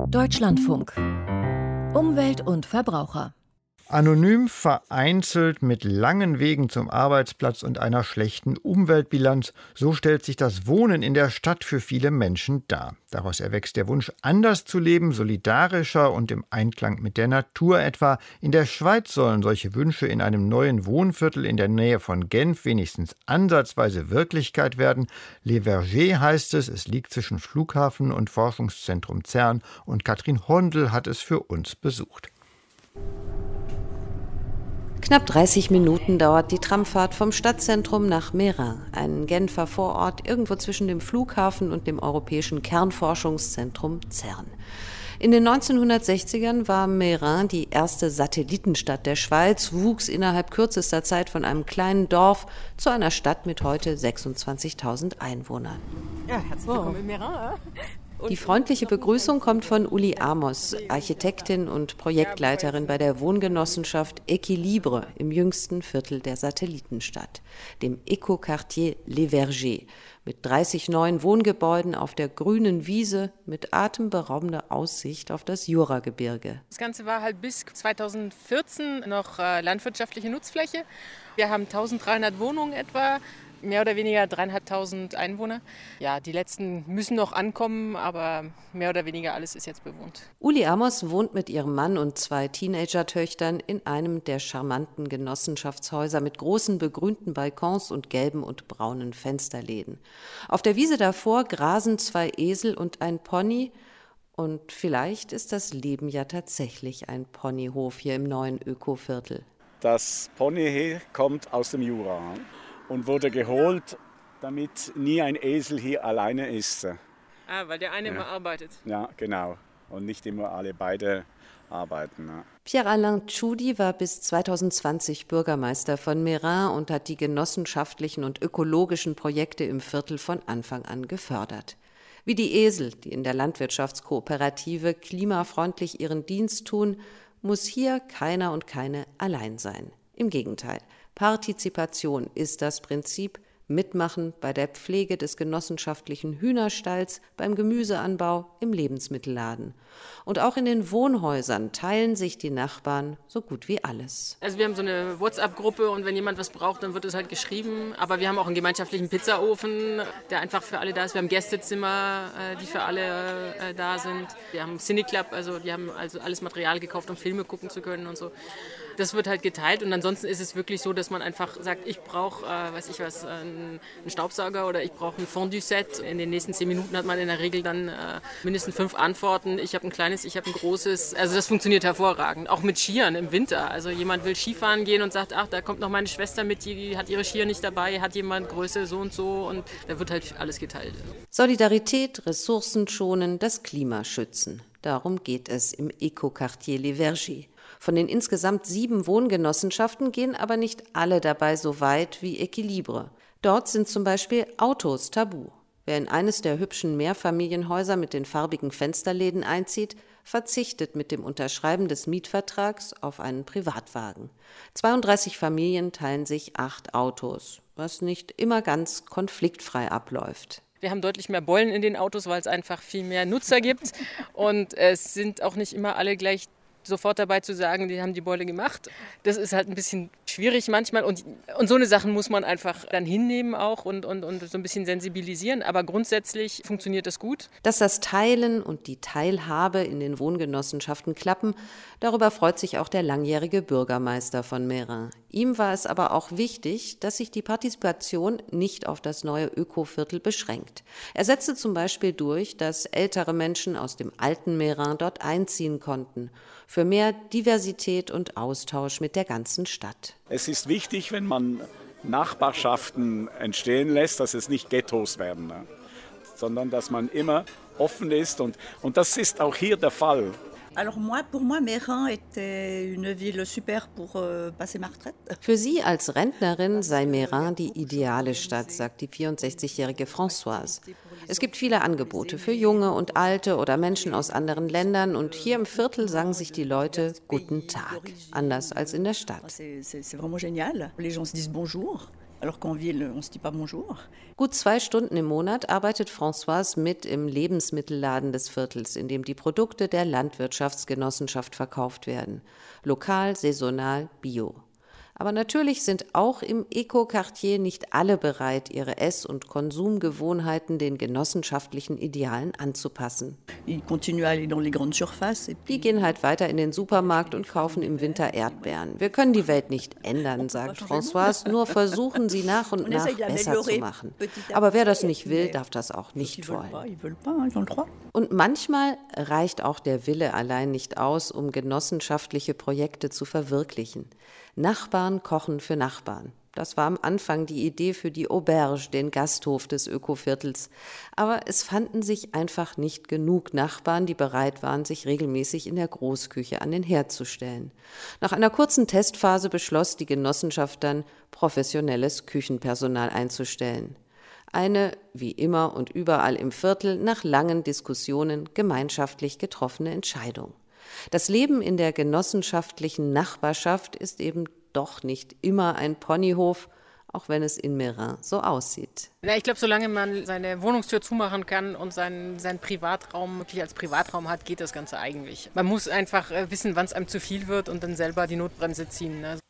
Deutschlandfunk. Umwelt und Verbraucher. Anonym, vereinzelt, mit langen Wegen zum Arbeitsplatz und einer schlechten Umweltbilanz, so stellt sich das Wohnen in der Stadt für viele Menschen dar. Daraus erwächst der Wunsch, anders zu leben, solidarischer und im Einklang mit der Natur. Etwa in der Schweiz sollen solche Wünsche in einem neuen Wohnviertel in der Nähe von Genf wenigstens ansatzweise Wirklichkeit werden. Les Vergers heißt es, es liegt zwischen Flughafen und Forschungszentrum CERN, und Katrin Hondel hat es für uns besucht. Knapp 30 Minuten dauert die Tramfahrt vom Stadtzentrum nach Meyrin, ein Genfer Vorort irgendwo zwischen dem Flughafen und dem europäischen Kernforschungszentrum CERN. In den 1960ern war Meyrin die erste Satellitenstadt der Schweiz, wuchs innerhalb kürzester Zeit von einem kleinen Dorf zu einer Stadt mit heute 26.000 Einwohnern. Ja, herzlich willkommen in Meyrin. Die freundliche Begrüßung kommt von Uli Amos, Architektin und Projektleiterin bei der Wohngenossenschaft Equilibre im jüngsten Viertel der Satellitenstadt, dem Ecoquartier Les Vergers, mit 30 neuen Wohngebäuden auf der grünen Wiese mit atemberaubender Aussicht auf das Juragebirge. Das Ganze war halt bis 2014 noch landwirtschaftliche Nutzfläche. Wir haben 1300 Wohnungen etwa. Mehr oder weniger 3.500 Einwohner. Ja, die letzten müssen noch ankommen, aber mehr oder weniger alles ist jetzt bewohnt. Uli Amos wohnt mit ihrem Mann und 2 Teenager-Töchtern in einem der charmanten Genossenschaftshäuser mit großen begrünten Balkons und gelben und braunen Fensterläden. Auf der Wiese davor grasen 2 Esel und ein Pony. Und vielleicht ist das Leben ja tatsächlich ein Ponyhof hier im neuen Ökoviertel. Das Pony hier kommt aus dem Jura und wurde geholt, damit nie ein Esel hier alleine ist. Weil der eine immer arbeitet. Ja, genau. Und nicht immer alle beide arbeiten. Ja. Pierre-Alain Tschudi war bis 2020 Bürgermeister von Meyrin und hat die genossenschaftlichen und ökologischen Projekte im Viertel von Anfang an gefördert. Wie die Esel, die in der Landwirtschaftskooperative klimafreundlich ihren Dienst tun, muss hier keiner und keine allein sein. Im Gegenteil. Partizipation ist das Prinzip, mitmachen bei der Pflege des genossenschaftlichen Hühnerstalls, beim Gemüseanbau, im Lebensmittelladen. Und auch in den Wohnhäusern teilen sich die Nachbarn so gut wie alles. Also wir haben so eine WhatsApp-Gruppe und wenn jemand was braucht, dann wird es halt geschrieben. Aber wir haben auch einen gemeinschaftlichen Pizzaofen, der einfach für alle da ist. Wir haben Gästezimmer, die für alle da sind. Wir haben einen Cineclub, also die haben also alles Material gekauft, um Filme gucken zu können und so. Das wird halt geteilt und ansonsten ist es wirklich so, dass man einfach sagt, ich brauche, einen Staubsauger oder ich brauche ein Fondue-Set. In den nächsten 10 Minuten hat man in der Regel dann mindestens 5 Antworten. Ich habe ein kleines, ich habe ein großes. Also das funktioniert hervorragend. Auch mit Skiern im Winter. Also jemand will Skifahren gehen und sagt, ach, da kommt noch meine Schwester mit, die hat ihre Skier nicht dabei, hat jemand Größe so und so und da wird halt alles geteilt. Solidarität, Ressourcen schonen, das Klima schützen. Darum geht es im Ecoquartier Les Vergers. Von den insgesamt 7 Wohngenossenschaften gehen aber nicht alle dabei so weit wie Equilibre. Dort sind zum Beispiel Autos tabu. Wer in eines der hübschen Mehrfamilienhäuser mit den farbigen Fensterläden einzieht, verzichtet mit dem Unterschreiben des Mietvertrags auf einen Privatwagen. 32 Familien teilen sich 8 Autos, was nicht immer ganz konfliktfrei abläuft. Wir haben deutlich mehr Beulen in den Autos, weil es einfach viel mehr Nutzer gibt. Und es sind auch nicht immer alle gleich sofort dabei zu sagen, die haben die Beule gemacht. Das ist halt ein bisschen schwierig manchmal und so eine Sachen muss man einfach dann hinnehmen auch und so ein bisschen sensibilisieren, aber grundsätzlich funktioniert das gut. Dass das Teilen und die Teilhabe in den Wohngenossenschaften klappen, darüber freut sich auch der langjährige Bürgermeister von Meyrin. Ihm war es aber auch wichtig, dass sich die Partizipation nicht auf das neue Ökoviertel beschränkt. Er setzte zum Beispiel durch, dass ältere Menschen aus dem alten Meyrin dort einziehen konnten, für mehr Diversität und Austausch mit der ganzen Stadt. Es ist wichtig, wenn man Nachbarschaften entstehen lässt, dass es nicht Ghettos werden, sondern dass man immer offen ist und das ist auch hier der Fall. Alors pour moi, Meyrin était une ville super pour passer ma retraite. Für sie als Rentnerin sei Meyrin die ideale Stadt, sagt die 64-jährige Françoise. Es gibt viele Angebote für Junge und Alte oder Menschen aus anderen Ländern und hier im Viertel sagen sich die Leute Guten Tag, anders als in der Stadt. C'est vraiment génial. Les gens se disent bonjour. Alors qu'en ville, on se dit pas bonjour. Gut 2 Stunden im Monat arbeitet Françoise mit im Lebensmittelladen des Viertels, in dem die Produkte der Landwirtschaftsgenossenschaft verkauft werden. Lokal, saisonal, bio. Aber natürlich sind auch im Eco-Quartier nicht alle bereit, ihre Ess- und Konsumgewohnheiten den genossenschaftlichen Idealen anzupassen. Ils continuent à aller dans les grandes surfaces. Et puis, Die gehen halt weiter in den Supermarkt und kaufen im Winter Erdbeeren. Wir können die Welt nicht ändern, sagt Françoise, nur versuchen sie nach und nach besser zu machen. Aber wer das nicht will, darf das auch nicht ils veulent wollen. pas, ils veulent pas, ils ont le droit. Und manchmal reicht auch der Wille allein nicht aus, um genossenschaftliche Projekte zu verwirklichen. Nachbarn kochen für Nachbarn. Das war am Anfang die Idee für die Auberge, den Gasthof des Ökoviertels. Aber es fanden sich einfach nicht genug Nachbarn, die bereit waren, sich regelmäßig in der Großküche an den Herd zu stellen. Nach einer kurzen Testphase beschloss die Genossenschaft dann, professionelles Küchenpersonal einzustellen. Eine, wie immer und überall im Viertel, nach langen Diskussionen gemeinschaftlich getroffene Entscheidung. Das Leben in der genossenschaftlichen Nachbarschaft ist eben doch nicht immer ein Ponyhof, auch wenn es in Meyrin so aussieht. Na, ich glaube, solange man seine Wohnungstür zumachen kann und seinen Privatraum wirklich als Privatraum hat, geht das Ganze eigentlich. Man muss einfach wissen, wann es einem zu viel wird und dann selber die Notbremse ziehen. Ne?